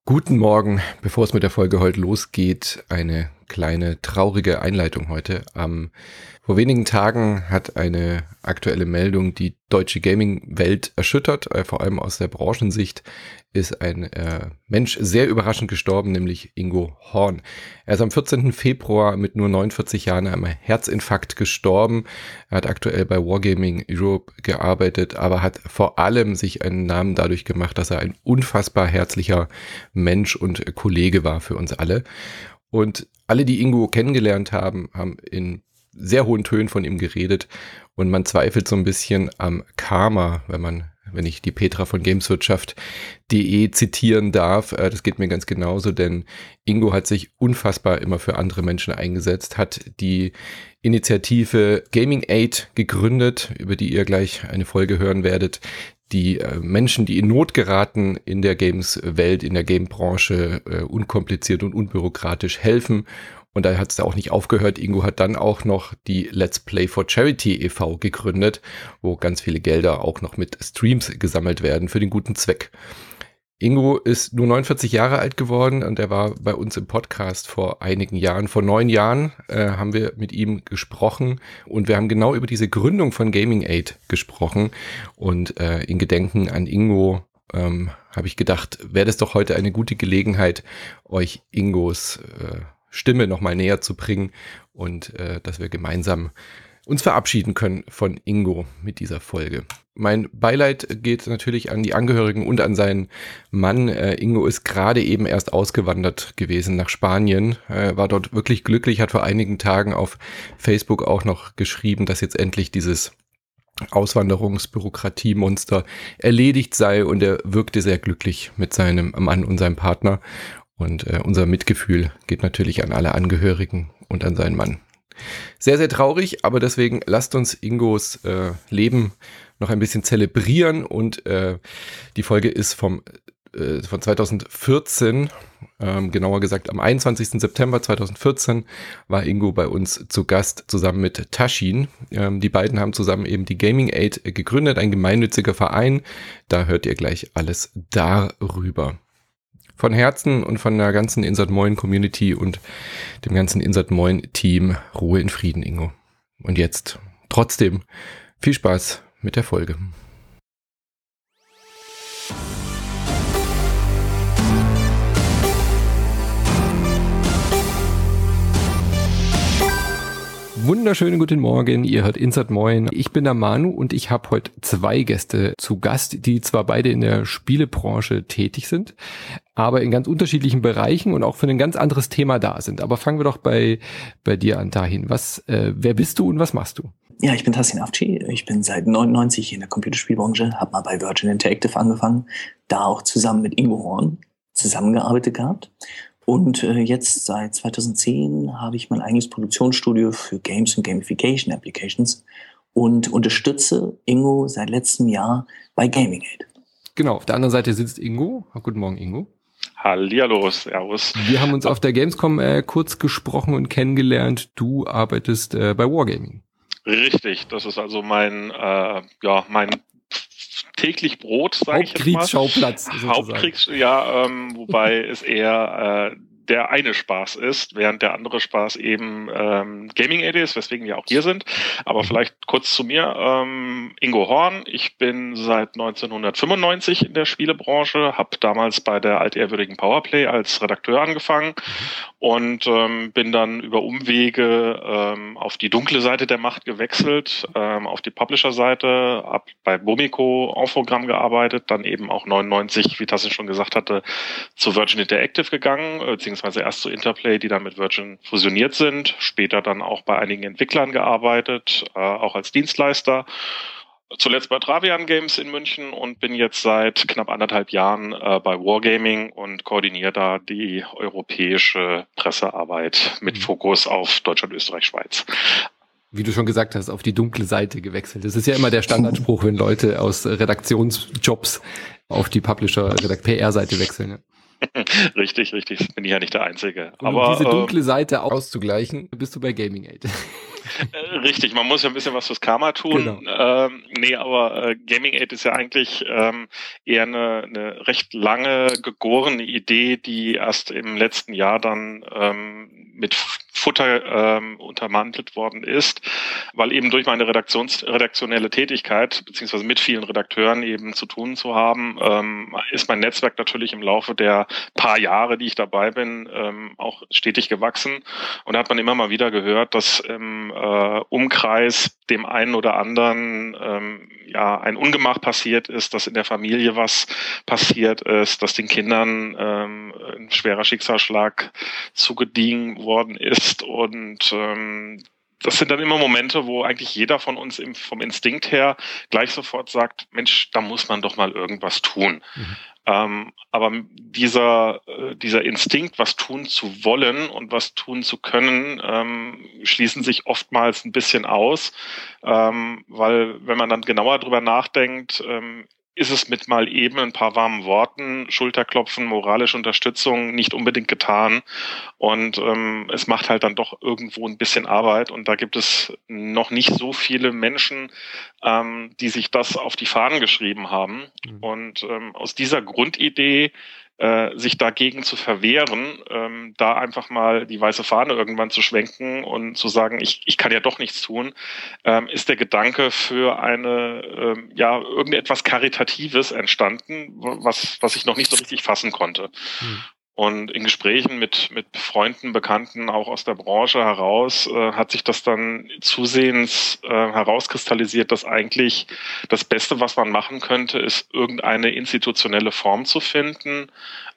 Guten Morgen, bevor es mit der Folge heute losgeht, eine kleine traurige Einleitung heute. Vor wenigen Tagen hat eine aktuelle Meldung die deutsche Gaming-Welt erschüttert, vor allem aus der Branchensicht ist ein Mensch sehr überraschend gestorben, nämlich Ingo Horn. Er ist am 14. Februar mit nur 49 Jahren an einem Herzinfarkt gestorben. Er hat aktuell bei Wargaming Europe gearbeitet, aber hat vor allem sich einen Namen dadurch gemacht, dass er ein unfassbar herzlicher Mensch und Kollege war für uns alle. Und alle, die Ingo kennengelernt haben, haben in sehr hohen Tönen von ihm geredet und man zweifelt so ein bisschen am Karma, wenn ich die Petra von Gameswirtschaft.de zitieren darf. Das geht mir ganz genauso, denn Ingo hat sich unfassbar immer für andere Menschen eingesetzt, hat die Initiative Gaming Aid gegründet, über die ihr gleich eine Folge hören werdet, die Menschen, die in Not geraten in der Games-Welt, in der Game-Branche, unkompliziert und unbürokratisch helfen. Und da hat es auch nicht aufgehört. Ingo hat dann auch noch die Let's Play for Charity e.V. gegründet, wo ganz viele Gelder auch noch mit Streams gesammelt werden für den guten Zweck. Ingo ist nur 49 Jahre alt geworden und er war bei uns im Podcast vor einigen Jahren. Vor 9 Jahren haben wir mit ihm gesprochen und wir haben genau über diese Gründung von Gaming Aid gesprochen. Und in Gedenken an Ingo habe ich gedacht, wäre das doch heute eine gute Gelegenheit, euch Ingos Stimme nochmal näher zu bringen und dass wir gemeinsam uns verabschieden können von Ingo mit dieser Folge. Mein Beileid geht natürlich an die Angehörigen und an seinen Mann. Ingo ist gerade eben erst ausgewandert gewesen nach Spanien, war dort wirklich glücklich, hat vor einigen Tagen auf Facebook auch noch geschrieben, dass jetzt endlich dieses Auswanderungsbürokratiemonster erledigt sei und er wirkte sehr glücklich mit seinem Mann und seinem Partner. Und unser Mitgefühl geht natürlich an alle Angehörigen und an seinen Mann. Sehr, sehr traurig, aber deswegen lasst uns Ingos Leben noch ein bisschen zelebrieren. Und die Folge ist von 2014, genauer gesagt am 21. September 2014 war Ingo bei uns zu Gast zusammen mit Taschin. Die beiden haben zusammen eben die Gaming Aid gegründet, ein gemeinnütziger Verein. Da hört ihr gleich alles darüber. Von Herzen und von der ganzen Insert Moin Community und dem ganzen Insert Moin Team Ruhe in Frieden, Ingo. Und jetzt trotzdem viel Spaß mit der Folge. Wunderschönen guten Morgen, ihr hört Insert Moin. Ich bin der Manu und ich habe heute 2 Gäste zu Gast, die zwar beide in der Spielebranche tätig sind, aber in ganz unterschiedlichen Bereichen und auch für ein ganz anderes Thema da sind. Aber fangen wir doch bei dir an, Tahin. Wer bist du und was machst du? Ja, ich bin Tassin Afci. Ich bin seit 99 in der Computerspielbranche, habe mal bei Virgin Interactive angefangen, da auch zusammen mit Ingo Horn zusammengearbeitet gehabt. Und jetzt seit 2010 habe ich mein eigenes Produktionsstudio für Games und Gamification Applications und unterstütze Ingo seit letztem Jahr bei Gaming Aid. Genau, auf der anderen Seite sitzt Ingo. Guten Morgen, Ingo. Hallihallo, servus. Wir haben uns auf der Gamescom kurz gesprochen und kennengelernt. Du arbeitest bei Wargaming. Richtig, das ist also mein täglich Brot, sage ich jetzt mal. Hauptkriegsschauplatz. Wobei es eher der eine Spaß ist, während der andere Spaß eben Gaming Aid ist, weswegen wir auch hier sind. Aber vielleicht kurz zu mir. Ingo Horn, ich bin seit 1995 in der Spielebranche, habe damals bei der altehrwürdigen Powerplay als Redakteur angefangen und bin dann über Umwege auf die dunkle Seite der Macht gewechselt, auf die Publisher-Seite, habe bei Bomico auf Programm gearbeitet, dann eben auch 99, wie Tassin schon gesagt hatte, zu Virgin Interactive gegangen, beziehungsweise erst zu Interplay, die dann mit Virgin fusioniert sind, später dann auch bei einigen Entwicklern gearbeitet, auch als Dienstleister. Zuletzt bei Travian Games in München und bin jetzt seit knapp 1,5 Jahren bei Wargaming und koordiniere da die europäische Pressearbeit mit Fokus auf Deutschland, Österreich, Schweiz. Wie du schon gesagt hast, auf die dunkle Seite gewechselt. Das ist ja immer der Standardspruch, wenn Leute aus Redaktionsjobs auf die Publisher-PR-Seite wechseln. Ja. Richtig, bin ich ja nicht der Einzige. Und um diese dunkle Seite auszugleichen, bist du bei Gaming Aid. Richtig, man muss ja ein bisschen was fürs Karma tun. Genau. Aber Gaming Aid ist ja eigentlich eher eine recht lange gegorene Idee, die erst im letzten Jahr dann mit Futter untermantelt worden ist, weil eben durch meine redaktionelle Tätigkeit, beziehungsweise mit vielen Redakteuren eben zu tun zu haben, ist mein Netzwerk natürlich im Laufe der paar Jahre, die ich dabei bin, auch stetig gewachsen. Und da hat man immer mal wieder gehört, dass im Umkreis dem einen oder anderen ein Ungemach passiert ist, dass in der Familie was passiert ist, dass den Kindern ein schwerer Schicksalsschlag zugediehen worden ist. Und das sind dann immer Momente, wo eigentlich jeder von uns vom Instinkt her gleich sofort sagt, Mensch, da muss man doch mal irgendwas tun. Aber dieser Instinkt, was tun zu wollen und was tun zu können, schließen sich oftmals ein bisschen aus, weil wenn man dann genauer drüber nachdenkt, ist es mit mal eben ein paar warmen Worten, Schulterklopfen, moralische Unterstützung nicht unbedingt getan. Und es macht halt dann doch irgendwo ein bisschen Arbeit. Und da gibt es noch nicht so viele Menschen, die sich das auf die Fahnen geschrieben haben. Mhm. Und aus dieser Grundidee, sich dagegen zu verwehren, da einfach mal die weiße Fahne irgendwann zu schwenken und zu sagen, ich kann ja doch nichts tun, ist der Gedanke für irgendetwas Karitatives entstanden, was ich noch nicht so richtig fassen konnte. Hm. Und in Gesprächen mit Freunden, Bekannten, auch aus der Branche heraus, hat sich das dann zusehends herauskristallisiert, dass eigentlich das Beste, was man machen könnte, ist irgendeine institutionelle Form zu finden,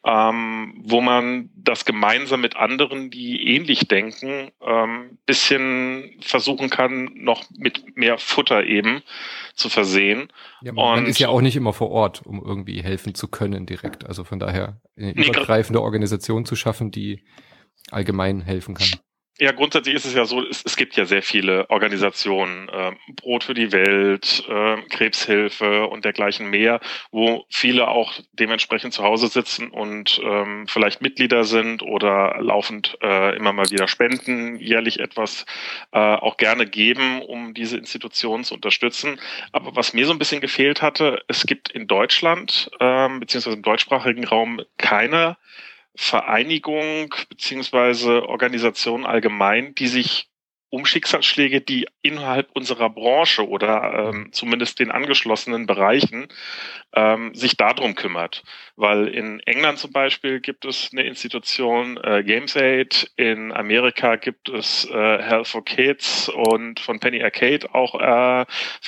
wo man das gemeinsam mit anderen, die ähnlich denken, bisschen versuchen kann, noch mit mehr Futter eben zu versehen. Ja, man ist ja auch nicht immer vor Ort, um irgendwie helfen zu können direkt. Also von daher eine übergreifende Organisation zu schaffen, die allgemein helfen kann. Ja, grundsätzlich ist es ja so, es gibt ja sehr viele Organisationen, Brot für die Welt, Krebshilfe und dergleichen mehr, wo viele auch dementsprechend zu Hause sitzen und vielleicht Mitglieder sind oder laufend immer mal wieder spenden, jährlich etwas auch gerne geben, um diese Institutionen zu unterstützen. Aber was mir so ein bisschen gefehlt hatte, es gibt in Deutschland, beziehungsweise im deutschsprachigen Raum keine Vereinigung beziehungsweise Organisation allgemein, die sich um Schicksalsschläge, die innerhalb unserer Branche oder zumindest den angeschlossenen Bereichen sich darum kümmert. Weil in England zum Beispiel gibt es eine Institution, Games Aid, in Amerika gibt es Health for Kids und von Penny Arcade auch eine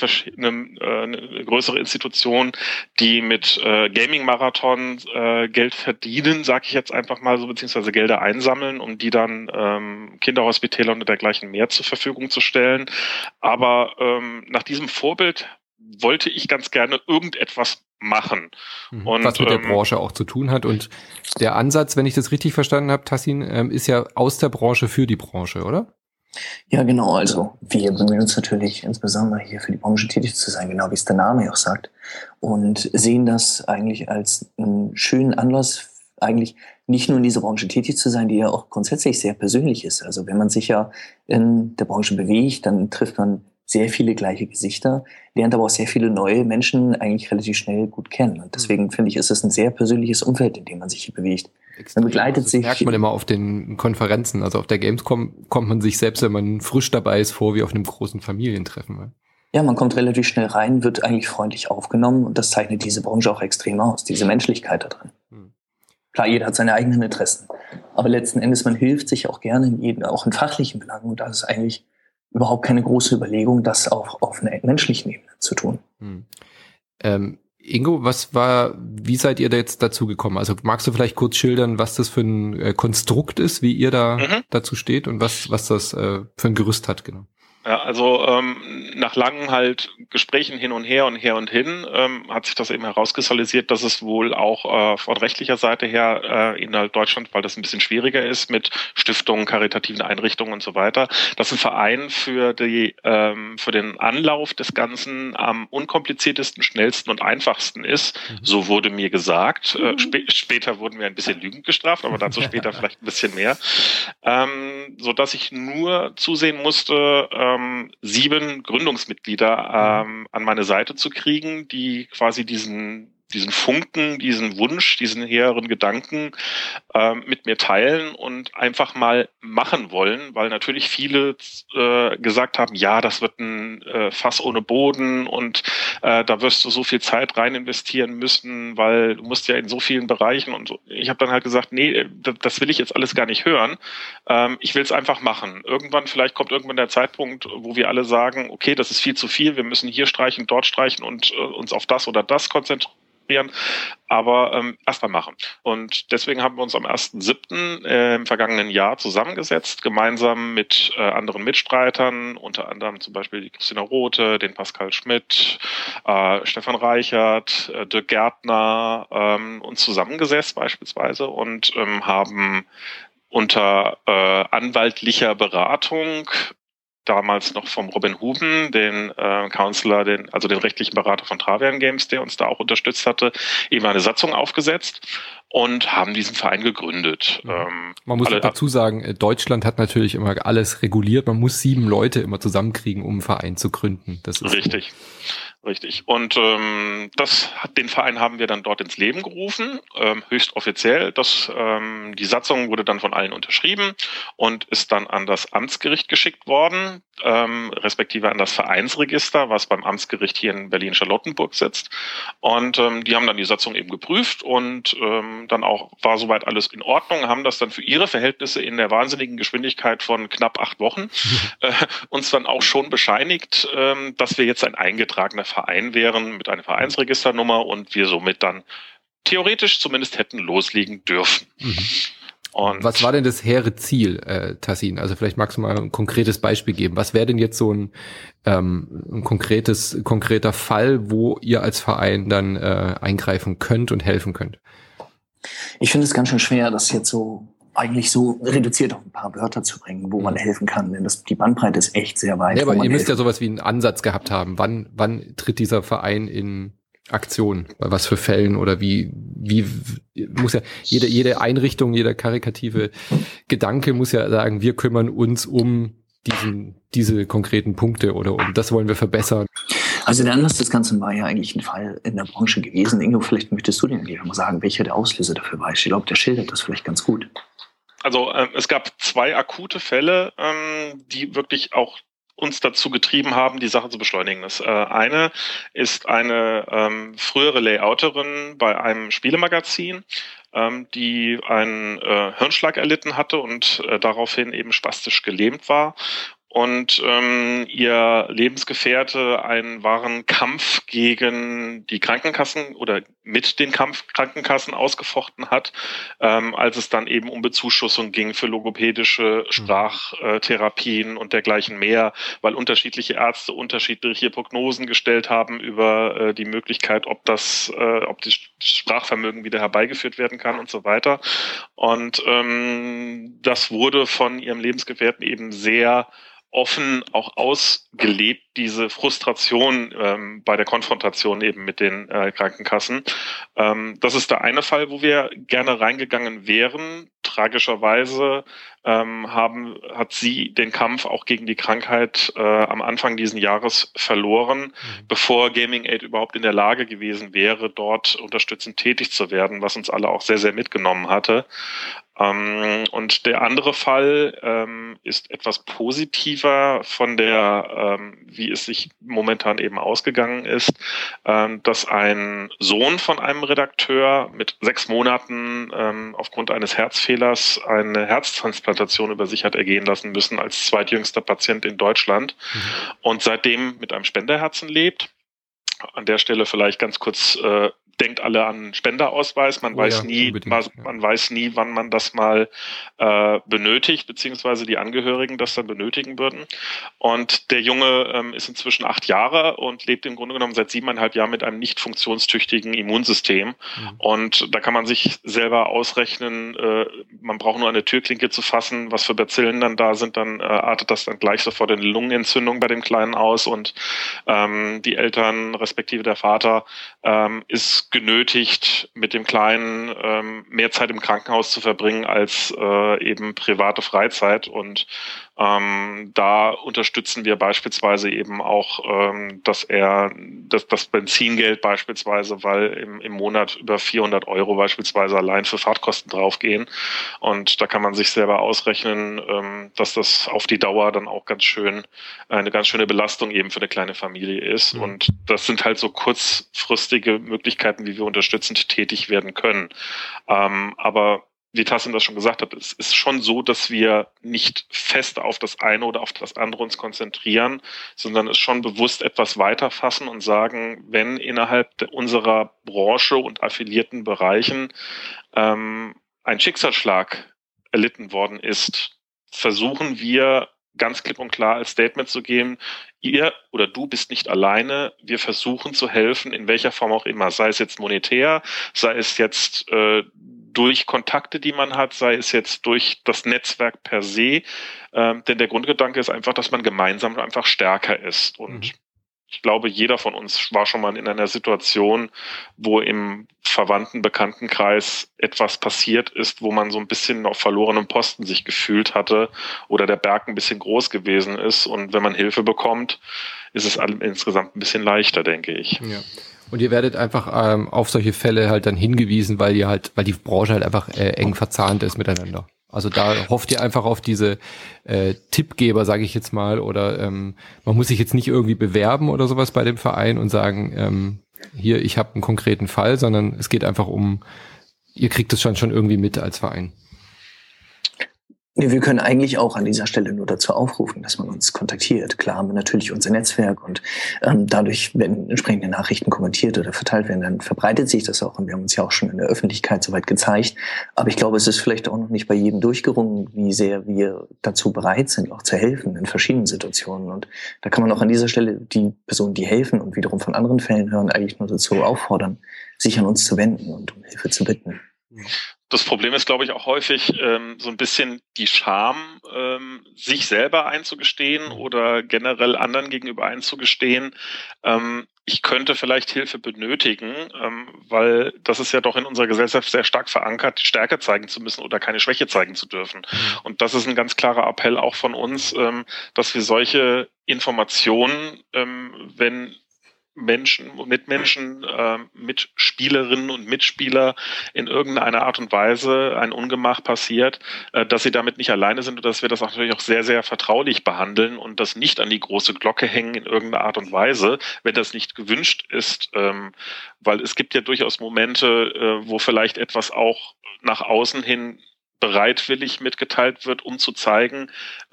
größere Institution, die mit Gaming-Marathon Geld verdienen, sage ich jetzt einfach mal so, beziehungsweise Gelder einsammeln, um die dann Kinderhospitäle und dergleichen mehr zur Verfügung zu stellen. Aber nach diesem Vorbild wollte ich ganz gerne irgendetwas machen. Und was mit der Branche auch zu tun hat. Und der Ansatz, wenn ich das richtig verstanden habe, Tassin, ist ja aus der Branche für die Branche, oder? Ja, genau. Also wir bemühen uns natürlich insbesondere hier für die Branche tätig zu sein, genau wie es der Name auch sagt. Und sehen das eigentlich als einen schönen Anlass, eigentlich nicht nur in dieser Branche tätig zu sein, die ja auch grundsätzlich sehr persönlich ist. Also wenn man sich ja in der Branche bewegt, dann trifft man sehr viele gleiche Gesichter, lernt aber auch sehr viele neue Menschen eigentlich relativ schnell gut kennen. Und deswegen finde ich, ist es ein sehr persönliches Umfeld, in dem man sich hier bewegt. Man begleitet sich. Das merkt man immer auf den Konferenzen. Also auf der Gamescom kommt man sich selbst, wenn man frisch dabei ist, vor wie auf einem großen Familientreffen. Ja, man kommt relativ schnell rein, wird eigentlich freundlich aufgenommen und das zeichnet diese Branche auch extrem aus, diese Menschlichkeit da drin. Klar, jeder hat seine eigenen Interessen, aber letzten Endes, man hilft sich auch gerne, auch in fachlichen Belangen, und da ist eigentlich überhaupt keine große Überlegung, das auch auf einer menschlichen Ebene zu tun. Ingo, wie seid ihr da jetzt dazu gekommen? Also magst du vielleicht kurz schildern, was das für ein Konstrukt ist, wie ihr da dazu steht und was das für ein Gerüst hat, genau? Ja, also nach langen halt Gesprächen hin und her hat sich das eben herauskristallisiert, dass es wohl auch von rechtlicher Seite her innerhalb Deutschland, weil das ein bisschen schwieriger ist mit Stiftungen, karitativen Einrichtungen und so weiter, dass ein Verein für den Anlauf des Ganzen am unkompliziertesten, schnellsten und einfachsten ist. So wurde mir gesagt. Später wurden wir ein bisschen lügend gestraft, aber dazu später vielleicht ein bisschen mehr. So dass ich nur zusehen musste, 7 Gründungsmitglieder an meine Seite zu kriegen, die quasi diesen Funken, diesen Wunsch, diesen heheren Gedanken mit mir teilen und einfach mal machen wollen, weil natürlich viele gesagt haben, ja, das wird ein Fass ohne Boden und da wirst du so viel Zeit rein investieren müssen, weil du musst ja in so vielen Bereichen und so. Ich habe dann halt gesagt, nee, das will ich jetzt alles gar nicht hören. Ich will es einfach machen. Vielleicht kommt irgendwann der Zeitpunkt, wo wir alle sagen, okay, das ist viel zu viel, wir müssen hier streichen, dort streichen und uns auf das oder das konzentrieren. Aber erst mal machen. Und deswegen haben wir uns am 1.7. Im vergangenen Jahr zusammengesetzt, gemeinsam mit anderen Mitstreitern, unter anderem zum Beispiel die Christina Rothe, den Pascal Schmidt, Stefan Reichert, Dirk Gärtner, uns zusammengesetzt beispielsweise und haben unter anwaltlicher Beratung damals noch vom Robin Huben, den Counselor, den rechtlichen Berater von Travian Games, der uns da auch unterstützt hatte, eben eine Satzung aufgesetzt und haben diesen Verein gegründet. Man muss dazu sagen, Deutschland hat natürlich immer alles reguliert. Man muss 7 Leute immer zusammenkriegen, um einen Verein zu gründen. Das ist richtig. Und den Verein haben wir dann dort ins Leben gerufen, höchst offiziell. Die Satzung wurde dann von allen unterschrieben und ist dann an das Amtsgericht geschickt worden, respektive an das Vereinsregister, was beim Amtsgericht hier in Berlin-Charlottenburg sitzt. Und die haben dann die Satzung eben geprüft und dann auch war soweit alles in Ordnung, haben das dann für ihre Verhältnisse in der wahnsinnigen Geschwindigkeit von knapp 8 Wochen uns dann auch schon bescheinigt, dass wir jetzt ein eingetragener Verein wären mit einer Vereinsregisternummer und wir somit dann theoretisch zumindest hätten loslegen dürfen. Und was war denn das hehre Ziel, Tassin? Also vielleicht magst du mal ein konkretes Beispiel geben. Was wäre denn jetzt so ein konkreter Fall, wo ihr als Verein dann eingreifen könnt und helfen könnt? Ich finde es ganz schön schwer, das jetzt eigentlich so reduziert auf ein paar Wörter zu bringen, wo man helfen kann. Denn die Bandbreite ist echt sehr weit. Ja, aber ihr müsst ja sowas wie einen Ansatz gehabt haben. Wann tritt dieser Verein in Aktion? Bei was für Fällen oder wie muss ja jede Einrichtung, jeder karikative Gedanke muss ja sagen, wir kümmern uns um diese konkreten Punkte oder um das wollen wir verbessern. Also der Anlass des Ganzen war ja eigentlich ein Fall in der Branche gewesen. Ingo, vielleicht möchtest du den mal sagen, welcher der Auslöser dafür war. Ich glaube, der schildert das vielleicht ganz gut. Also es gab 2 akute Fälle, die wirklich auch uns dazu getrieben haben, die Sache zu beschleunigen. Das eine ist eine frühere Layouterin bei einem Spielemagazin, die einen Hirnschlag erlitten hatte und daraufhin eben spastisch gelähmt war. Und ihr Lebensgefährte einen wahren Kampf gegen die Krankenkassen oder mit den Krankenkassen ausgefochten hat, als es dann eben um Bezuschussung ging für logopädische Sprachtherapien und dergleichen mehr, weil unterschiedliche Ärzte unterschiedliche Prognosen gestellt haben über die Möglichkeit, ob das Sprachvermögen wieder herbeigeführt werden kann und so weiter. Und das wurde von ihrem Lebensgefährten eben sehr offen auch ausgelebt, diese Frustration bei der Konfrontation eben mit den Krankenkassen. Das ist der eine Fall, wo wir gerne reingegangen wären. Tragischerweise hat sie den Kampf auch gegen die Krankheit am Anfang diesen Jahres verloren, bevor Gaming Aid überhaupt in der Lage gewesen wäre, dort unterstützend tätig zu werden, was uns alle auch sehr, sehr mitgenommen hatte. Und der andere Fall ist etwas positiver von der, wie es sich momentan eben ausgegangen ist, dass ein Sohn von einem Redakteur mit 6 Monaten aufgrund eines Herzfehlers eine Herztransplantation über sich hat ergehen lassen müssen als zweitjüngster Patient in Deutschland und seitdem mit einem Spenderherzen lebt. An der Stelle vielleicht ganz kurz, denkt alle an Spenderausweis. Man weiß nie, wann man das mal benötigt, beziehungsweise die Angehörigen das dann benötigen würden. Und der Junge ist inzwischen 8 Jahre und lebt im Grunde genommen seit 7,5 Jahren mit einem nicht funktionstüchtigen Immunsystem. Mhm. Und da kann man sich selber ausrechnen, man braucht nur eine Türklinke zu fassen, was für Bazillen dann da sind, dann artet das dann gleich sofort in Lungenentzündung bei dem Kleinen aus und die Eltern, respektive der Vater, ist genötigt, mit dem Kleinen mehr Zeit im Krankenhaus zu verbringen als eben private Freizeit. Und da unterstützen wir beispielsweise eben auch, dass das Benzingeld beispielsweise, weil im Monat über 400 € beispielsweise allein für Fahrtkosten draufgehen. Und da kann man sich selber ausrechnen, dass das auf die Dauer dann auch eine ganz schöne Belastung eben für eine kleine Familie ist. Mhm. Und das sind halt so kurzfristige Möglichkeiten, wie wir unterstützend tätig werden können. Aber wie Tassin das schon gesagt hat, es ist schon so, dass wir nicht fest auf das eine oder auf das andere uns konzentrieren, sondern es schon bewusst etwas weiter fassen und sagen, wenn innerhalb unserer Branche und affiliierten Bereichen ein Schicksalsschlag erlitten worden ist, versuchen wir ganz klipp und klar als Statement zu geben, ihr oder du bist nicht alleine, wir versuchen zu helfen, in welcher Form auch immer, sei es jetzt monetär, sei es jetzt durch Kontakte, die man hat, sei es jetzt durch das Netzwerk per se, denn der Grundgedanke ist einfach, dass man gemeinsam einfach stärker ist. Und ich glaube, jeder von uns war schon mal in einer Situation, wo im verwandten Bekanntenkreis etwas passiert ist, wo man so ein bisschen auf verlorenem Posten sich gefühlt hatte oder der Berg ein bisschen groß gewesen ist. Und wenn man Hilfe bekommt, ist es insgesamt ein bisschen leichter, denke ich. Ja. Und ihr werdet einfach auf solche Fälle halt dann hingewiesen, weil die Branche halt einfach eng verzahnt ist miteinander. Also da hofft ihr einfach auf diese Tippgeber, sage ich jetzt mal, oder man muss sich jetzt nicht irgendwie bewerben oder sowas bei dem Verein und sagen, hier, ich habe einen konkreten Fall, sondern es geht einfach ihr kriegt das schon irgendwie mit als Verein. Wir können eigentlich auch an dieser Stelle nur dazu aufrufen, dass man uns kontaktiert. Klar haben wir natürlich unser Netzwerk und dadurch, wenn entsprechende Nachrichten kommentiert oder verteilt werden, dann verbreitet sich das auch und wir haben uns ja auch schon in der Öffentlichkeit soweit gezeigt. Aber ich glaube, es ist vielleicht auch noch nicht bei jedem durchgerungen, wie sehr wir dazu bereit sind, auch zu helfen in verschiedenen Situationen. Und da kann man auch an dieser Stelle die Personen, die helfen und wiederum von anderen Fällen hören, eigentlich nur dazu auffordern, sich an uns zu wenden und um Hilfe zu bitten. Das Problem ist, glaube ich, auch häufig so ein bisschen die Scham, sich selber einzugestehen oder generell anderen gegenüber einzugestehen. Ich könnte vielleicht Hilfe benötigen, weil das ist ja doch in unserer Gesellschaft sehr stark verankert, Stärke zeigen zu müssen oder keine Schwäche zeigen zu dürfen. Und das ist ein ganz klarer Appell auch von uns, dass wir solche Informationen, wenn Mitmenschen, Mitspielerinnen und Mitspieler in irgendeiner Art und Weise ein Ungemach passiert, dass sie damit nicht alleine sind und dass wir das natürlich auch sehr, sehr vertraulich behandeln und das nicht an die große Glocke hängen in irgendeiner Art und Weise, wenn das nicht gewünscht ist, weil es gibt ja durchaus Momente, wo vielleicht etwas auch nach außen hin bereitwillig mitgeteilt wird, um zu zeigen,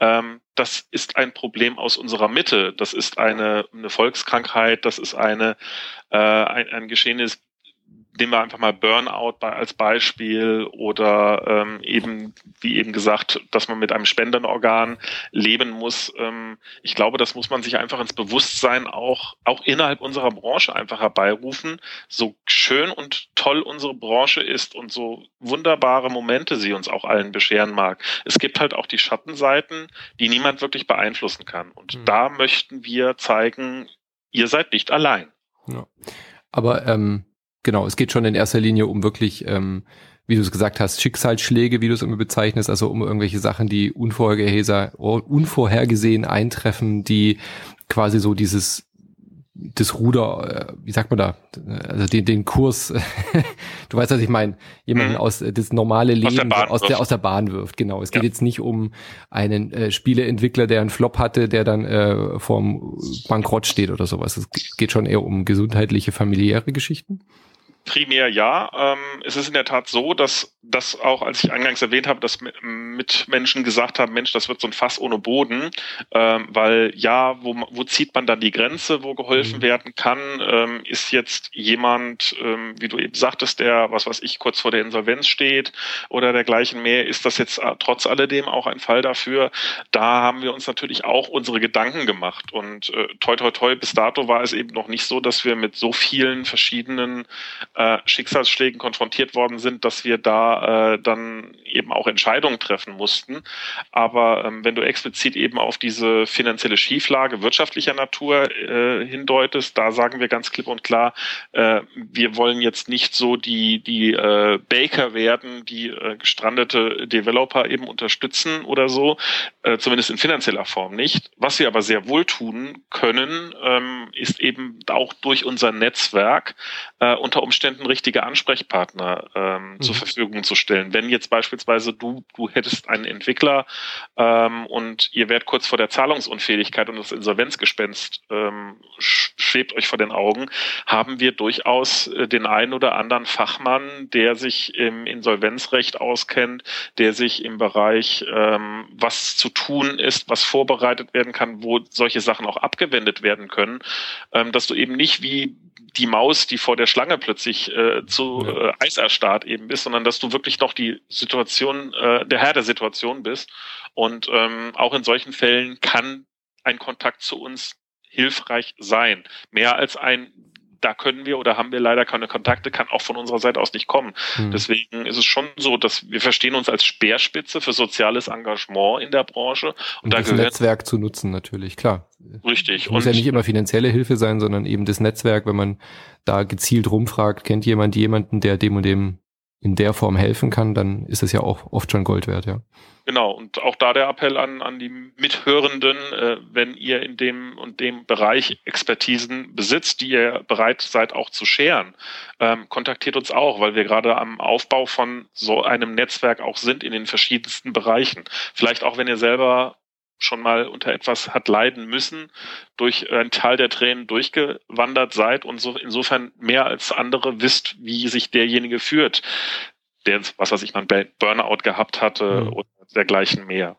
das ist ein Problem aus unserer Mitte, das ist eine Volkskrankheit, das ist ein Geschehnis, nehmen wir einfach mal Burnout als Beispiel oder eben, wie eben gesagt, dass man mit einem Spendenorgan leben muss. Ich glaube, das muss man sich einfach ins Bewusstsein auch innerhalb unserer Branche einfach herbeirufen. So schön und toll unsere Branche ist und so wunderbare Momente sie uns auch allen bescheren mag. Es gibt halt auch die Schattenseiten, die niemand wirklich beeinflussen kann. Und da möchten wir zeigen, ihr seid nicht allein. Ja. Aber genau, es geht schon in erster Linie um wirklich, wie du es gesagt hast, Schicksalsschläge, wie du es immer bezeichnest, also um irgendwelche Sachen, die unvorhergesehen eintreffen, die quasi so das Ruder, wie sagt man da, also den Kurs, du weißt, was ich meine, jemanden aus das normale Leben aus der Bahn wirft, genau. Es geht jetzt nicht um einen Spieleentwickler, der einen Flop hatte, der dann vorm Bankrott steht oder sowas. Es geht schon eher um gesundheitliche, familiäre Geschichten. Primär ja. Es ist in der Tat so, dass das auch, als ich eingangs erwähnt habe, dass Mitmenschen gesagt haben, Mensch, das wird so ein Fass ohne Boden, weil ja, wo zieht man dann die Grenze, wo geholfen werden kann? Ist jetzt jemand, wie du eben sagtest, der, was weiß ich, kurz vor der Insolvenz steht oder dergleichen mehr, ist das jetzt trotz alledem auch ein Fall dafür? Da haben wir uns natürlich auch unsere Gedanken gemacht und toi toi toi, bis dato war es eben noch nicht so, dass wir mit so vielen verschiedenen Schicksalsschlägen konfrontiert worden sind, dass wir da dann eben auch Entscheidungen treffen mussten. Aber wenn du explizit eben auf diese finanzielle Schieflage wirtschaftlicher Natur hindeutest, da sagen wir ganz klipp und klar, wir wollen jetzt nicht so die Baker werden, die gestrandete Developer eben unterstützen oder so, zumindest in finanzieller Form nicht. Was wir aber sehr wohl tun können, ist eben auch durch unser Netzwerk unter Umständen richtige Ansprechpartner zur Verfügung zu stellen. Wenn jetzt beispielsweise du hättest einen Entwickler und ihr wärt kurz vor der Zahlungsunfähigkeit und das Insolvenzgespenst schwebt euch vor den Augen, haben wir durchaus den einen oder anderen Fachmann, der sich im Insolvenzrecht auskennt, der sich im Bereich, was zu tun ist, was vorbereitet werden kann, wo solche Sachen auch abgewendet werden können, dass du eben nicht wie die Maus, die vor der Schlange plötzlich zu Eis erstarrt eben bist, sondern dass du wirklich noch die Situation, der Herr der Situation bist. Und auch in solchen Fällen kann ein Kontakt zu uns hilfreich sein. Mehr als da können wir oder haben wir leider keine Kontakte, kann auch von unserer Seite aus nicht kommen. Deswegen ist es schon so, dass wir verstehen uns als Speerspitze für soziales Engagement in der Branche. Und da das Netzwerk zu nutzen natürlich, klar. Richtig. Muss ja nicht immer finanzielle Hilfe sein, sondern eben das Netzwerk, wenn man da gezielt rumfragt, kennt jemand jemanden, der dem und dem in der Form helfen kann, dann ist es ja auch oft schon Gold wert, ja. Genau, und auch da der Appell an die Mithörenden, wenn ihr in dem und dem Bereich Expertisen besitzt, die ihr bereit seid auch zu scheren, kontaktiert uns auch, weil wir gerade am Aufbau von so einem Netzwerk auch sind in den verschiedensten Bereichen. Vielleicht auch, wenn ihr selber schon mal unter etwas hat leiden müssen, durch ein Tal der Tränen durchgewandert seid und so insofern mehr als andere wisst, wie sich derjenige führt, der, was weiß ich, mal einen Burnout gehabt hatte oder dergleichen mehr.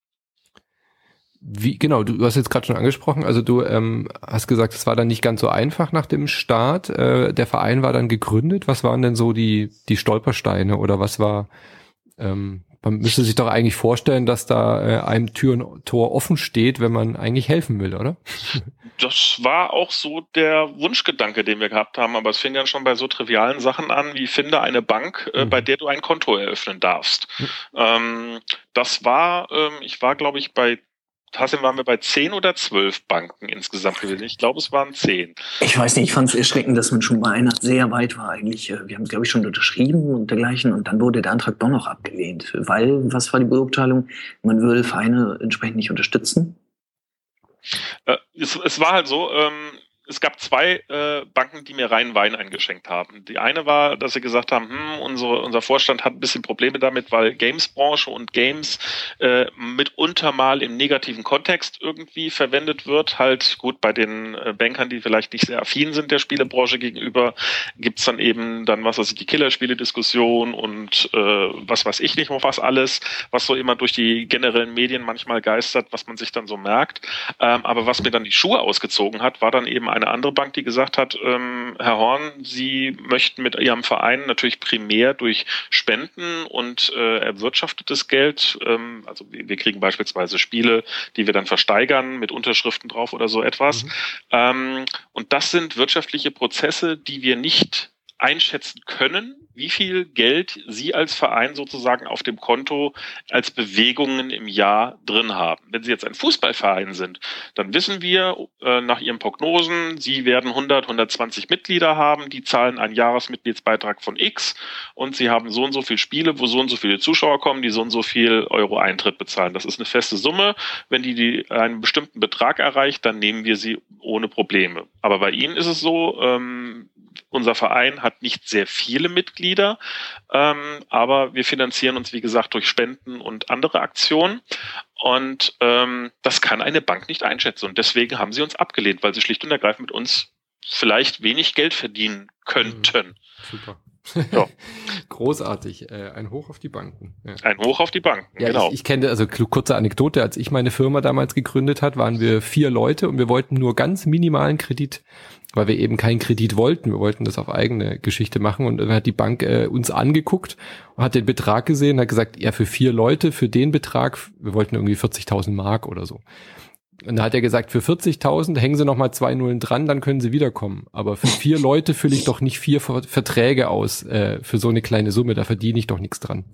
Genau, du hast jetzt gerade schon angesprochen, also du hast gesagt, es war dann nicht ganz so einfach nach dem Start. Der Verein war dann gegründet. Was waren denn so die Stolpersteine oder was war... man müsste sich doch eigentlich vorstellen, dass da einem Tür und Tor offen steht, wenn man eigentlich helfen will, oder? Das war auch so der Wunschgedanke, den wir gehabt haben, aber es fing dann schon bei so trivialen Sachen an, wie finde eine Bank, bei der du ein Konto eröffnen darfst. Das war, ich war glaube ich Tassim waren wir bei 10 oder 12 Banken insgesamt gewesen. Ich glaube, es waren 10. Ich weiß nicht, ich fand es erschreckend, dass man schon bei einer sehr weit war eigentlich. Wir haben es, glaube ich, schon unterschrieben und dergleichen und dann wurde der Antrag doch noch abgelehnt. Weil, was war die Beurteilung? Man würde Vereine entsprechend nicht unterstützen? Es war halt so, es gab zwei Banken, die mir reinen Wein eingeschenkt haben. Die eine war, dass sie gesagt haben, unser Vorstand hat ein bisschen Probleme damit, weil Games-Branche und Games mitunter mal im negativen Kontext irgendwie verwendet wird. Halt gut, bei den Bankern, die vielleicht nicht sehr affin sind der Spielebranche gegenüber, gibt's dann eben was weiß ich, die Killerspiele-Diskussion und was weiß ich nicht noch was alles, was so immer durch die generellen Medien manchmal geistert, was man sich dann so merkt. Aber was mir dann die Schuhe ausgezogen hat, war dann eben eine andere Bank, die gesagt hat, Herr Horn, Sie möchten mit Ihrem Verein natürlich primär durch Spenden und erwirtschaftetes Geld, also wir kriegen beispielsweise Spiele, die wir dann versteigern mit Unterschriften drauf oder so etwas. Und das sind wirtschaftliche Prozesse, die wir nicht einschätzen können, wie viel Geld Sie als Verein sozusagen auf dem Konto als Bewegungen im Jahr drin haben. Wenn Sie jetzt ein Fußballverein sind, dann wissen wir nach Ihren Prognosen, Sie werden 120 Mitglieder haben, die zahlen einen Jahresmitgliedsbeitrag von X und Sie haben so und so viele Spiele, wo so und so viele Zuschauer kommen, die so und so viel Euro Eintritt bezahlen. Das ist eine feste Summe. Wenn die einen bestimmten Betrag erreicht, dann nehmen wir sie ohne Probleme. Aber bei Ihnen ist es so, unser Verein hat nicht sehr viele Mitglieder, aber wir finanzieren uns, wie gesagt, durch Spenden und andere Aktionen. Und das kann eine Bank nicht einschätzen. Und deswegen haben sie uns abgelehnt, weil sie schlicht und ergreifend mit uns vielleicht wenig Geld verdienen könnten. Super. Ja. Großartig. Ein Hoch auf die Banken. Ja. Ein Hoch auf die Banken, Ja, genau. Ich kenne, also kurze Anekdote, als ich meine Firma damals gegründet hat, waren wir 4 Leute und wir wollten nur ganz minimalen Kredit, weil wir eben keinen Kredit wollten. Wir wollten das auf eigene Geschichte machen und dann hat die Bank uns angeguckt und hat den Betrag gesehen und hat gesagt, ja, für 4 Leute, für den Betrag, wir wollten irgendwie 40.000 Mark oder so. Und da hat er gesagt, für 40.000 hängen Sie noch mal 2 Nullen dran, dann können Sie wiederkommen. Aber für 4 Leute fülle ich doch nicht 4 Verträge aus für so eine kleine Summe, da verdiene ich doch nichts dran.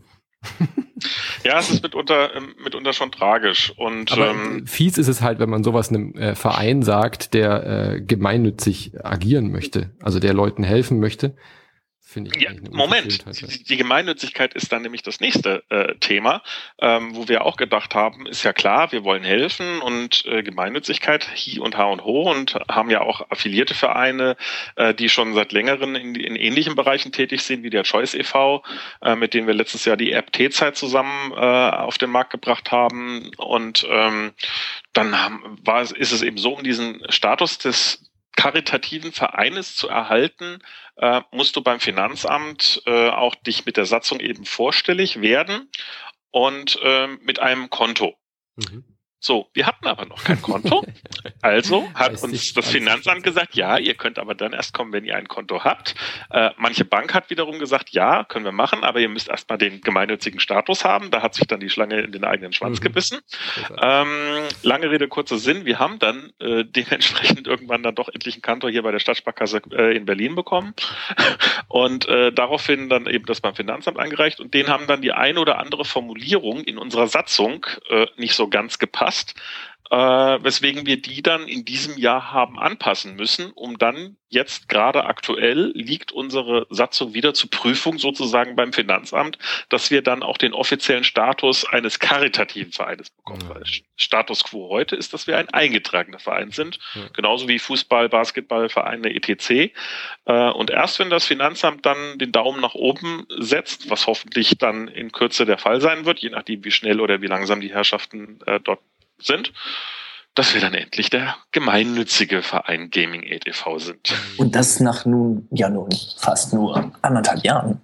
Ja, es ist mitunter schon tragisch. Und aber fies ist es halt, wenn man sowas einem Verein sagt, der gemeinnützig agieren möchte, also der Leuten helfen möchte. Ich ja, Moment, die Gemeinnützigkeit ist dann nämlich das nächste Thema, wo wir auch gedacht haben, ist ja klar, wir wollen helfen und Gemeinnützigkeit, Hi und Ha und Ho und haben ja auch affiliierte Vereine, die schon seit längerem in ähnlichen Bereichen tätig sind, wie der Choice e.V., mit denen wir letztes Jahr die App T-Zeit zusammen auf den Markt gebracht haben und dann ist es eben so, um diesen Status des karitativen Vereines zu erhalten, musst du beim Finanzamt auch dich mit der Satzung eben vorstellig werden und mit einem Konto. Mhm. So, wir hatten aber noch kein Konto. Also hat uns das Finanzamt gesagt, ja, ihr könnt aber dann erst kommen, wenn ihr ein Konto habt. Manche Bank hat wiederum gesagt, ja, können wir machen, aber ihr müsst erstmal den gemeinnützigen Status haben. Da hat sich dann die Schlange in den eigenen Schwanz gebissen. Lange Rede, kurzer Sinn. Wir haben dann dementsprechend irgendwann dann doch endlich ein Konto hier bei der Stadtsparkasse in Berlin bekommen und daraufhin dann eben das beim Finanzamt eingereicht und denen haben dann die eine oder andere Formulierung in unserer Satzung nicht so ganz gepasst. Weswegen wir die dann in diesem Jahr haben anpassen müssen, um dann jetzt gerade aktuell liegt unsere Satzung wieder zur Prüfung sozusagen beim Finanzamt, dass wir dann auch den offiziellen Status eines karitativen Vereines bekommen. Weil Status quo heute ist, dass wir ein eingetragener Verein sind, genauso wie Fußball, Basketball, Vereine etc. Und erst wenn das Finanzamt dann den Daumen nach oben setzt, was hoffentlich dann in Kürze der Fall sein wird, je nachdem wie schnell oder wie langsam die Herrschaften dort sind, dass wir dann endlich der gemeinnützige Verein Gaming Aid e.V. sind. Und das nach nun fast nur 1,5 Jahren.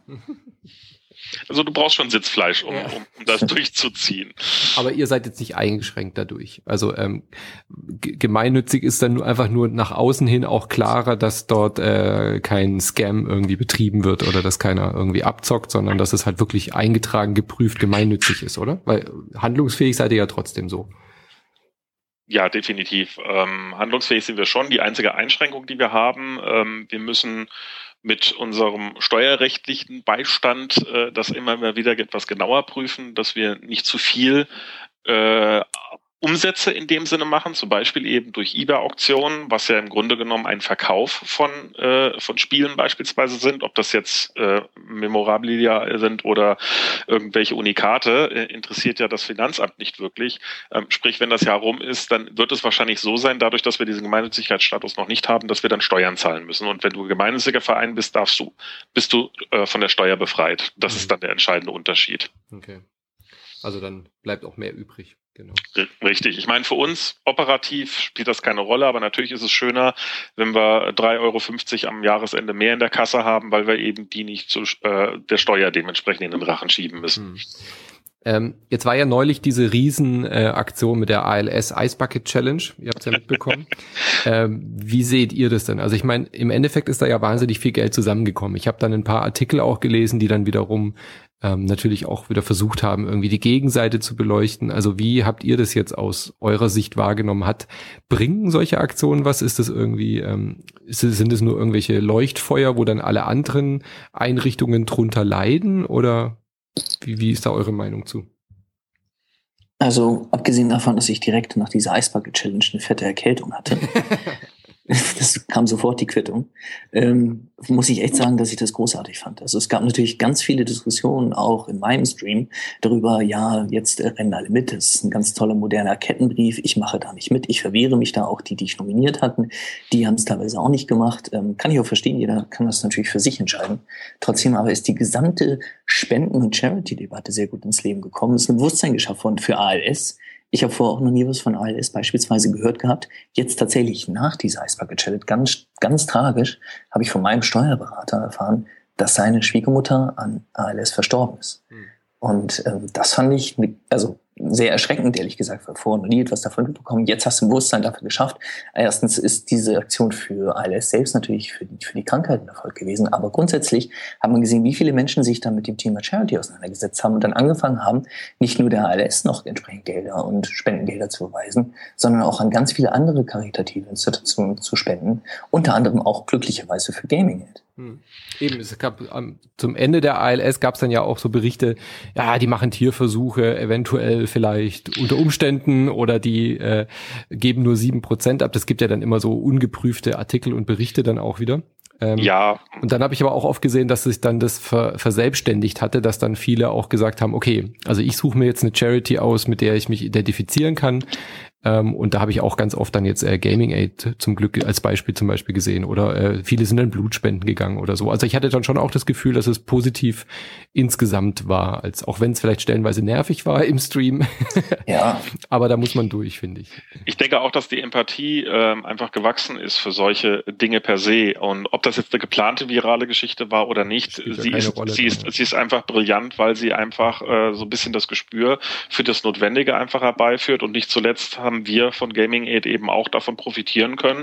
Also du brauchst schon Sitzfleisch, um das durchzuziehen. Aber ihr seid jetzt nicht eingeschränkt dadurch. Also gemeinnützig ist dann einfach nur nach außen hin auch klarer, dass dort kein Scam irgendwie betrieben wird oder dass keiner irgendwie abzockt, sondern dass es halt wirklich eingetragen, geprüft, gemeinnützig ist, oder? Weil handlungsfähig seid ihr ja trotzdem so. Ja, definitiv. Handlungsfähig sind wir schon. Die einzige Einschränkung, die wir haben, wir müssen mit unserem steuerrechtlichen Beistand das immer wieder etwas genauer prüfen, dass wir nicht zu viel Umsätze in dem Sinne machen, zum Beispiel eben durch eBay-Auktionen, was ja im Grunde genommen ein Verkauf von Spielen beispielsweise sind, ob das jetzt Memorabilia sind oder irgendwelche Unikate, interessiert ja das Finanzamt nicht wirklich. Sprich, wenn das Jahr rum ist, dann wird es wahrscheinlich so sein, dadurch, dass wir diesen Gemeinnützigkeitsstatus noch nicht haben, dass wir dann Steuern zahlen müssen. Und wenn du gemeinnütziger Verein bist, bist du von der Steuer befreit. Das ist dann der entscheidende Unterschied. Okay. Also dann bleibt auch mehr übrig. Genau. Richtig. Ich meine, für uns operativ spielt das keine Rolle, aber natürlich ist es schöner, wenn wir 3,50 € am Jahresende mehr in der Kasse haben, weil wir eben die nicht zu der Steuer dementsprechend in den Rachen schieben müssen. Jetzt war ja neulich diese Riesenaktion mit der ALS Ice Bucket Challenge. Ihr habt es ja mitbekommen. Wie seht ihr das denn? Also ich meine, im Endeffekt ist da ja wahnsinnig viel Geld zusammengekommen. Ich habe dann ein paar Artikel auch gelesen, die dann wiederum natürlich auch wieder versucht haben, irgendwie die Gegenseite zu beleuchten. Also wie habt ihr das jetzt aus eurer Sicht wahrgenommen? Bringen solche Aktionen was? Ist das irgendwie, sind es nur irgendwelche Leuchtfeuer, wo dann alle anderen Einrichtungen drunter leiden? Oder wie ist da eure Meinung zu? Also abgesehen davon, dass ich direkt nach dieser Ice Bucket Challenge eine fette Erkältung hatte, das kam sofort die Quittung, muss ich echt sagen, dass ich das großartig fand. Also es gab natürlich ganz viele Diskussionen, auch in meinem Stream, darüber, ja, jetzt rennen alle mit, das ist ein ganz toller, moderner Kettenbrief, ich mache da nicht mit, ich verwehre mich da, auch die ich nominiert hatten, die haben es teilweise auch nicht gemacht, kann ich auch verstehen, jeder kann das natürlich für sich entscheiden. Trotzdem aber ist die gesamte Spenden- und Charity-Debatte sehr gut ins Leben gekommen, es ist ein Bewusstsein geschaffen für ALS, Ich habe vorher auch noch nie was von ALS beispielsweise gehört gehabt. Jetzt tatsächlich nach dieser Ice Bucket Challenge, ganz, ganz tragisch, habe ich von meinem Steuerberater erfahren, dass seine Schwiegermutter an ALS verstorben ist. Und das fand ich sehr erschreckend, ehrlich gesagt, weil vorher noch nie etwas davon mitbekommen. Jetzt hast du ein Bewusstsein dafür geschafft. Erstens ist diese Aktion für ALS selbst natürlich für die Krankheit ein Erfolg gewesen. Aber grundsätzlich hat man gesehen, wie viele Menschen sich dann mit dem Thema Charity auseinandergesetzt haben und dann angefangen haben, nicht nur der ALS noch entsprechend Gelder und Spendengelder zu überweisen, sondern auch an ganz viele andere karitative Institutionen zu spenden. Unter anderem auch glücklicherweise für Gaming Aid. Eben, es gab zum Ende der ALS gab es dann ja auch so Berichte, ja, die machen Tierversuche, eventuell vielleicht unter Umständen oder die geben nur 7% ab. Das gibt ja dann immer so ungeprüfte Artikel und Berichte dann auch wieder. Ja. Und dann habe ich aber auch oft gesehen, dass sich dann das verselbstständigt hatte, dass dann viele auch gesagt haben, okay, also ich suche mir jetzt eine Charity aus, mit der ich mich identifizieren kann. Und da habe ich auch ganz oft dann jetzt Gaming Aid zum Glück als Beispiel zum Beispiel gesehen oder viele sind dann Blutspenden gegangen oder so. Also ich hatte dann schon auch das Gefühl, dass es positiv insgesamt war, als auch wenn es vielleicht stellenweise nervig war im Stream. Ja. Aber da muss man durch, finde ich. Ich denke auch, dass die Empathie einfach gewachsen ist für solche Dinge per se. Und ob das jetzt eine geplante virale Geschichte war oder nicht, sie ist einfach brillant, weil sie einfach so ein bisschen das Gespür für das Notwendige einfach herbeiführt. Und nicht zuletzt haben wir von Gaming Aid eben auch davon profitieren können,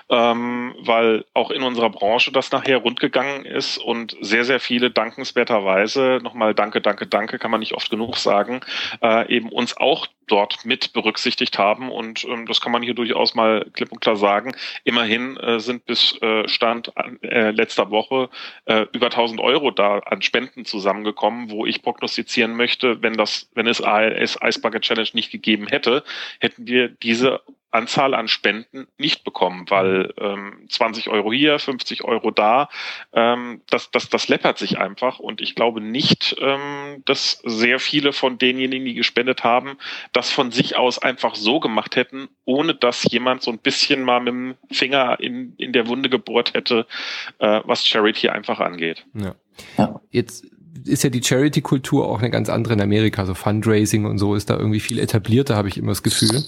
weil auch in unserer Branche das nachher rundgegangen ist und sehr, sehr viele dankenswerterweise, nochmal danke, kann man nicht oft genug sagen, eben uns auch dort mit berücksichtigt haben und das kann man hier durchaus mal klipp und klar sagen. Immerhin sind bis Stand letzter Woche über 1.000 Euro da an Spenden zusammengekommen, wo ich prognostizieren möchte, wenn es ALS Ice Bucket Challenge nicht gegeben hätte, hätten wir diese Anzahl an Spenden nicht bekommen, weil 20 Euro hier, 50 Euro da, das läppert sich einfach und ich glaube nicht, dass sehr viele von denjenigen, die gespendet haben, das von sich aus einfach so gemacht hätten, ohne dass jemand so ein bisschen mal mit dem Finger in der Wunde gebohrt hätte, was Charity einfach angeht. Ja. Jetzt ist ja die Charity-Kultur auch eine ganz andere in Amerika, so Fundraising und so ist da irgendwie viel etablierter, habe ich immer das Gefühl.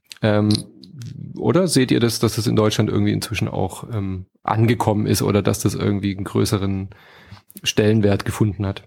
Oder seht ihr das, dass das in Deutschland irgendwie inzwischen auch angekommen ist oder dass das irgendwie einen größeren Stellenwert gefunden hat?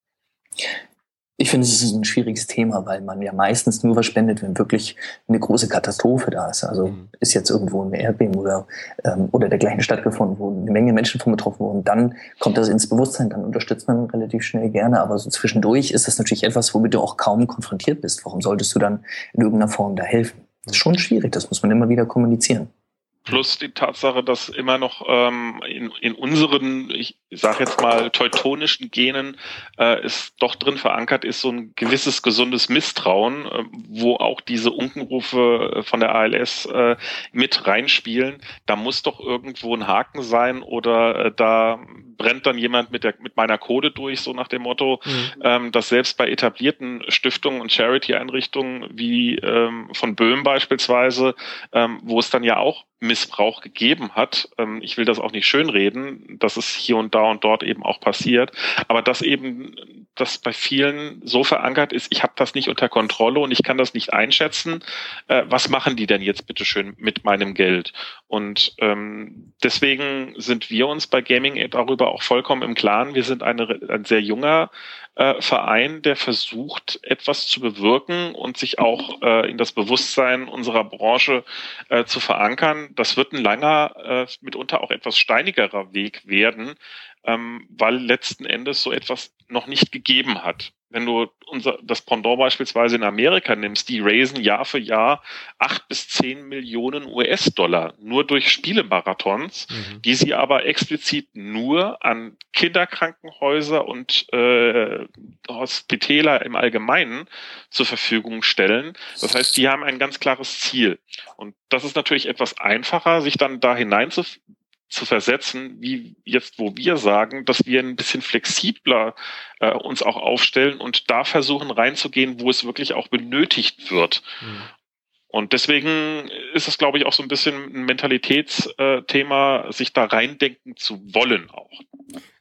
Ich finde, es ist ein schwieriges Thema, weil man ja meistens nur was spendet, wenn wirklich eine große Katastrophe da ist. Also ist jetzt irgendwo ein Erdbeben oder dergleichen stattgefunden, wo eine Menge Menschen von betroffen wurden, dann kommt das ins Bewusstsein, dann unterstützt man relativ schnell gerne. Aber so zwischendurch ist das natürlich etwas, womit du auch kaum konfrontiert bist. Warum solltest du dann in irgendeiner Form da helfen? Das ist schon schwierig, das muss man immer wieder kommunizieren. Plus die Tatsache, dass immer noch in unseren, ich sage jetzt mal, teutonischen Genen es doch drin verankert ist, so ein gewisses gesundes Misstrauen, wo auch diese Unkenrufe von der ALS mit reinspielen. Da muss doch irgendwo ein Haken sein oder da brennt dann jemand mit meiner Code durch, so nach dem Motto, dass selbst bei etablierten Stiftungen und Charity-Einrichtungen wie von Böhm beispielsweise, wo es dann ja auch Missbrauch gegeben hat. Ich will das auch nicht schönreden, dass es hier und da und dort eben auch passiert, aber dass eben das bei vielen so verankert ist, ich habe das nicht unter Kontrolle und ich kann das nicht einschätzen. Was machen die denn jetzt bitte schön mit meinem Geld? Und deswegen sind wir uns bei Gaming Aid darüber auch vollkommen im Klaren. Wir sind ein sehr junger Verein, der versucht, etwas zu bewirken und sich auch in das Bewusstsein unserer Branche zu verankern. Das wird ein langer, mitunter auch etwas steinigerer Weg werden, weil letzten Endes so etwas noch nicht gegeben hat. Wenn du das Pendant beispielsweise in Amerika nimmst, die raisen Jahr für Jahr 8 bis 10 Millionen US-Dollar nur durch Spielemarathons, die sie aber explizit nur an Kinderkrankenhäuser und Hospitäler im Allgemeinen zur Verfügung stellen. Das heißt, die haben ein ganz klares Ziel. Und das ist natürlich etwas einfacher, sich dann da hinein zu versetzen, wie jetzt, wo wir sagen, dass wir ein bisschen flexibler uns auch aufstellen und da versuchen reinzugehen, wo es wirklich auch benötigt wird. Und deswegen ist es, glaube ich, auch so ein bisschen ein Mentalitätsthema, sich da reindenken zu wollen auch.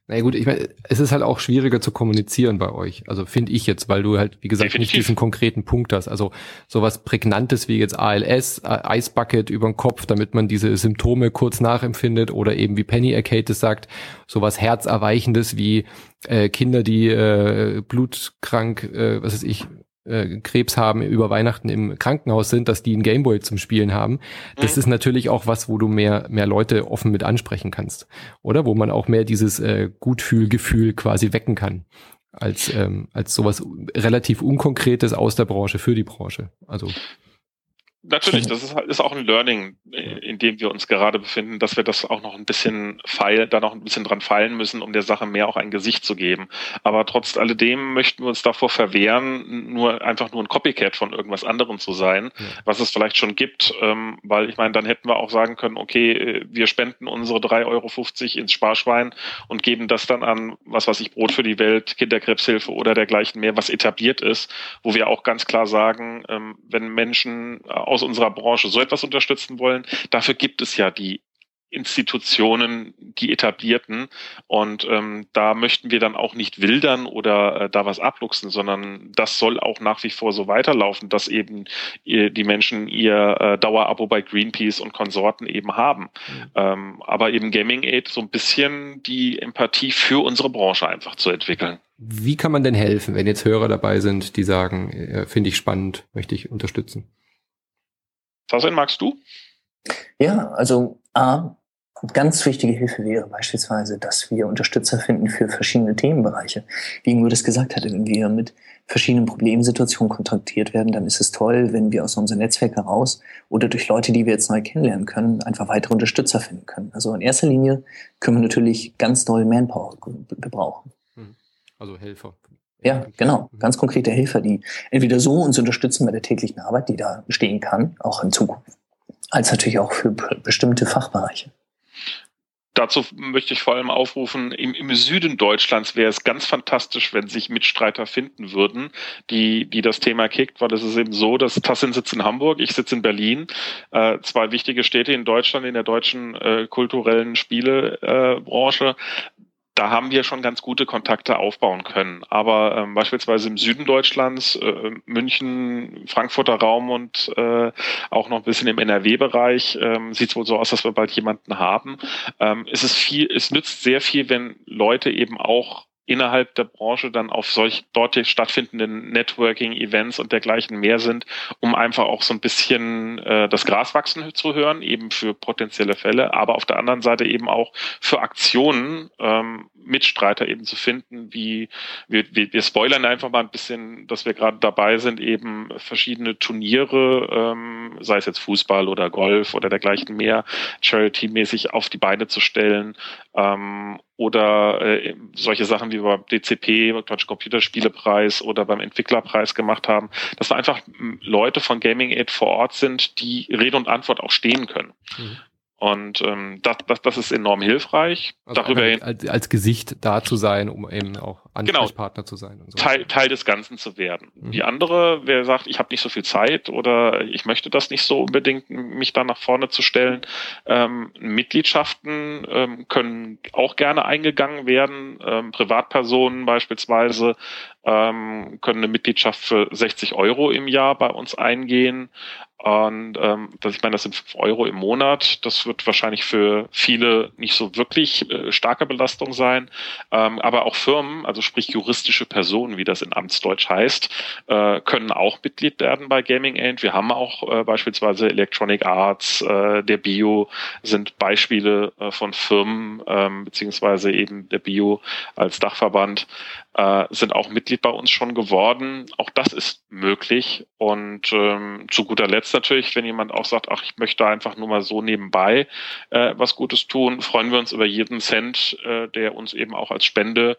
Na gut, ich meine, es ist halt auch schwieriger zu kommunizieren bei euch. Also finde ich jetzt, weil du halt, wie gesagt, Definitiv nicht diesen konkreten Punkt hast. Also sowas Prägnantes wie jetzt ALS, Ice Bucket über den Kopf, damit man diese Symptome kurz nachempfindet, oder eben wie Penny Arcade sagt, sowas Herzerweichendes wie Kinder, die blutkrank, was weiß ich, Krebs haben, über Weihnachten im Krankenhaus sind, dass die einen Gameboy zum Spielen haben. Das ist natürlich auch was, wo du mehr Leute offen mit ansprechen kannst, oder? Wo man auch mehr dieses Gutfühlgefühl quasi wecken kann, als sowas relativ Unkonkretes aus der Branche für die Branche. Also natürlich, das ist auch ein Learning, in dem wir uns gerade befinden, dass wir das auch noch ein bisschen dran feilen müssen, um der Sache mehr auch ein Gesicht zu geben. Aber trotz alledem möchten wir uns davor verwehren, einfach nur ein Copycat von irgendwas anderem zu sein, was es vielleicht schon gibt, weil ich meine, dann hätten wir auch sagen können, okay, wir spenden unsere 3,50 € ins Sparschwein und geben das dann an, was weiß ich, Brot für die Welt, Kinderkrebshilfe oder dergleichen mehr, was etabliert ist, wo wir auch ganz klar sagen, wenn Menschen aus unserer Branche so etwas unterstützen wollen, dafür gibt es ja die Institutionen, die etablierten, und da möchten wir dann auch nicht wildern oder da was abluchsen, sondern das soll auch nach wie vor so weiterlaufen, dass eben die Menschen ihr Dauerabo bei Greenpeace und Konsorten eben haben. Aber eben Gaming Aid so ein bisschen die Empathie für unsere Branche einfach zu entwickeln. wie kann man denn helfen, wenn jetzt Hörer dabei sind, die sagen, finde ich spannend, möchte ich unterstützen? Sassin, magst du? Ja, also ganz wichtige Hilfe wäre beispielsweise, dass wir Unterstützer finden für verschiedene Themenbereiche. Wie Ingo das gesagt hatte, wenn wir mit verschiedenen Problemsituationen kontaktiert werden, dann ist es toll, wenn wir aus unserem Netzwerk heraus oder durch Leute, die wir jetzt neu kennenlernen können, einfach weitere Unterstützer finden können. Also in erster Linie können wir natürlich ganz doll Manpower gebrauchen. Also Helfer. Ja, genau. Ganz konkrete Helfer, die entweder so uns unterstützen bei der täglichen Arbeit, die da bestehen kann, auch in Zukunft, als natürlich auch für bestimmte Fachbereiche. Dazu möchte ich vor allem aufrufen, im Süden Deutschlands wäre es ganz fantastisch, wenn sich Mitstreiter finden würden, die das Thema kickt, weil es ist eben so, dass Tassin sitzt in Hamburg, ich sitze in Berlin, zwei wichtige Städte in Deutschland, in der deutschen kulturellen Spielebranche. Da haben wir schon ganz gute Kontakte aufbauen können. Aber beispielsweise im Süden Deutschlands, München, Frankfurter Raum und auch noch ein bisschen im NRW-Bereich, sieht es wohl so aus, dass wir bald jemanden haben. Es nützt sehr viel, wenn Leute eben auch innerhalb der Branche dann auf dort stattfindenden Networking-Events und dergleichen mehr sind, um einfach auch so ein bisschen das Gras wachsen zu hören, eben für potenzielle Fälle, aber auf der anderen Seite eben auch für Aktionen Mitstreiter eben zu finden, wie wir spoilern einfach mal ein bisschen, dass wir gerade dabei sind, eben verschiedene Turniere, sei es jetzt Fußball oder Golf oder dergleichen mehr, Charity-mäßig auf die Beine zu stellen, oder solche Sachen wie wir beim DCP, Deutschen Computerspielepreis oder beim Entwicklerpreis gemacht haben, dass da einfach Leute von Gaming Aid vor Ort sind, die Rede und Antwort auch stehen können. Und das ist enorm hilfreich. Also darüber als Gesicht da zu sein, um eben auch Ansprechpartner zu sein. Und so. Teil des Ganzen zu werden. Die andere, wer sagt, ich habe nicht so viel Zeit oder ich möchte das nicht so unbedingt, mich da nach vorne zu stellen, Mitgliedschaften können auch gerne eingegangen werden. Privatpersonen beispielsweise können eine Mitgliedschaft für 60 € im Jahr bei uns eingehen. Und das sind 5 € im Monat. Das wird wahrscheinlich für viele nicht so wirklich starke Belastung sein. Aber auch Firmen, also sprich juristische Personen, wie das in Amtsdeutsch heißt, können auch Mitglied werden bei Gaming Aid. Wir haben auch beispielsweise Electronic Arts, der Bio sind Beispiele von Firmen, beziehungsweise eben der Bio als Dachverband, sind auch Mitglied bei uns schon geworden. Auch das ist möglich. Und zu guter Letzt natürlich, wenn jemand auch sagt, ach, ich möchte einfach nur mal so nebenbei was Gutes tun, freuen wir uns über jeden Cent, der uns eben auch als Spende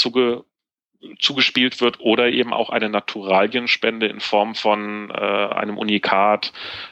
zugespielt wird oder eben auch eine Naturalienspende in Form von einem Unikat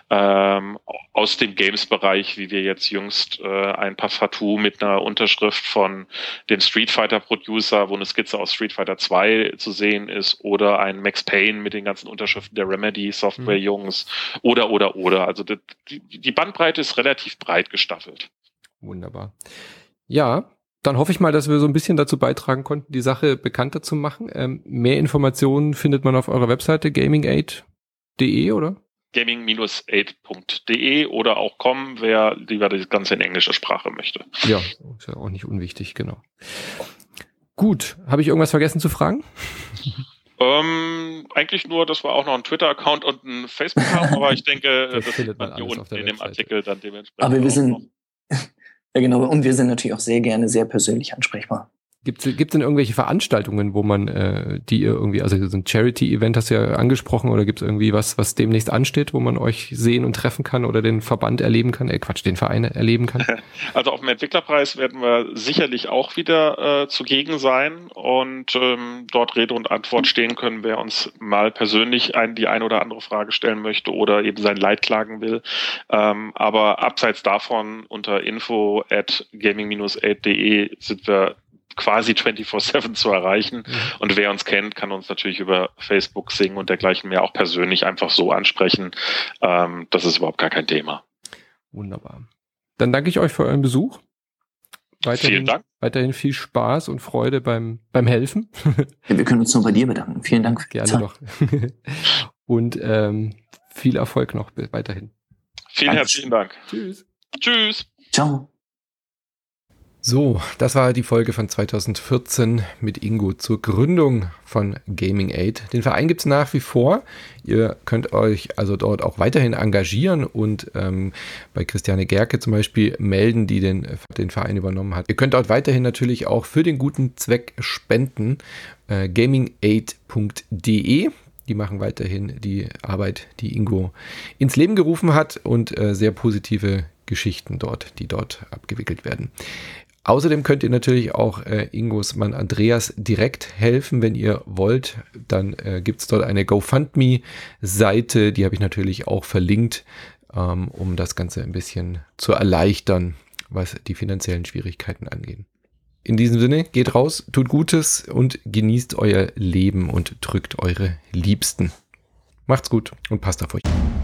aus dem Games-Bereich, wie wir jetzt jüngst ein Passepartout mit einer Unterschrift von dem Street Fighter-Producer, wo eine Skizze aus Street Fighter 2 zu sehen ist, oder ein Max Payne mit den ganzen Unterschriften der Remedy-Software-Jungs oder. Also die Bandbreite ist relativ breit gestaffelt. Wunderbar. Ja, dann hoffe ich mal, dass wir so ein bisschen dazu beitragen konnten, die Sache bekannter zu machen. Mehr Informationen findet man auf eurer Webseite gamingaid.de, oder? gaming-aid.de oder auch .com, wer lieber das Ganze in englischer Sprache möchte. Ja, ist ja auch nicht unwichtig, genau. Gut, habe ich irgendwas vergessen zu fragen? Eigentlich nur, dass wir auch noch einen Twitter-Account und einen Facebook haben, aber ich denke, das findet man hier unten in dem Artikel dann dementsprechend. Aber wir sind, ja genau, und wir sind natürlich auch sehr gerne sehr persönlich ansprechbar. Gibt's denn irgendwelche Veranstaltungen, wo man die ihr irgendwie, also so ein Charity-Event hast du ja angesprochen, oder gibt's irgendwie was demnächst ansteht, wo man euch sehen und treffen kann oder den Verband erleben kann, den Verein erleben kann? Also auf dem Entwicklerpreis werden wir sicherlich auch wieder zugegen sein und dort Rede und Antwort stehen können, wer uns mal persönlich die eine oder andere Frage stellen möchte oder eben sein Leid klagen will. Aber abseits davon unter info@gaming-aid.de sind wir quasi 24/7 zu erreichen. Und wer uns kennt, kann uns natürlich über Facebook, Sing und dergleichen mehr auch persönlich einfach so ansprechen. Das ist überhaupt gar kein Thema. Wunderbar. Dann danke ich euch für euren Besuch. Vielen Dank. Weiterhin viel Spaß und Freude beim Helfen. Ja, wir können uns nur bei dir bedanken. Vielen Dank. Gerne doch. Und viel Erfolg noch weiterhin. Vielen herzlichen Dank. Tschüss. Tschüss. Ciao. So, das war die Folge von 2014 mit Ingo zur Gründung von Gaming Aid. Den Verein gibt es nach wie vor. Ihr könnt euch also dort auch weiterhin engagieren und bei Christiane Gerke zum Beispiel melden, die den Verein übernommen hat. Ihr könnt dort weiterhin natürlich auch für den guten Zweck spenden. gamingaid.de. Die machen weiterhin die Arbeit, die Ingo ins Leben gerufen hat, und sehr positive Geschichten die dort abgewickelt werden. Außerdem könnt ihr natürlich auch Ingos Mann Andreas direkt helfen, wenn ihr wollt. Dann gibt es dort eine GoFundMe-Seite, die habe ich natürlich auch verlinkt, um das Ganze ein bisschen zu erleichtern, was die finanziellen Schwierigkeiten angeht. In diesem Sinne, geht raus, tut Gutes und genießt euer Leben und drückt eure Liebsten. Macht's gut und passt auf euch.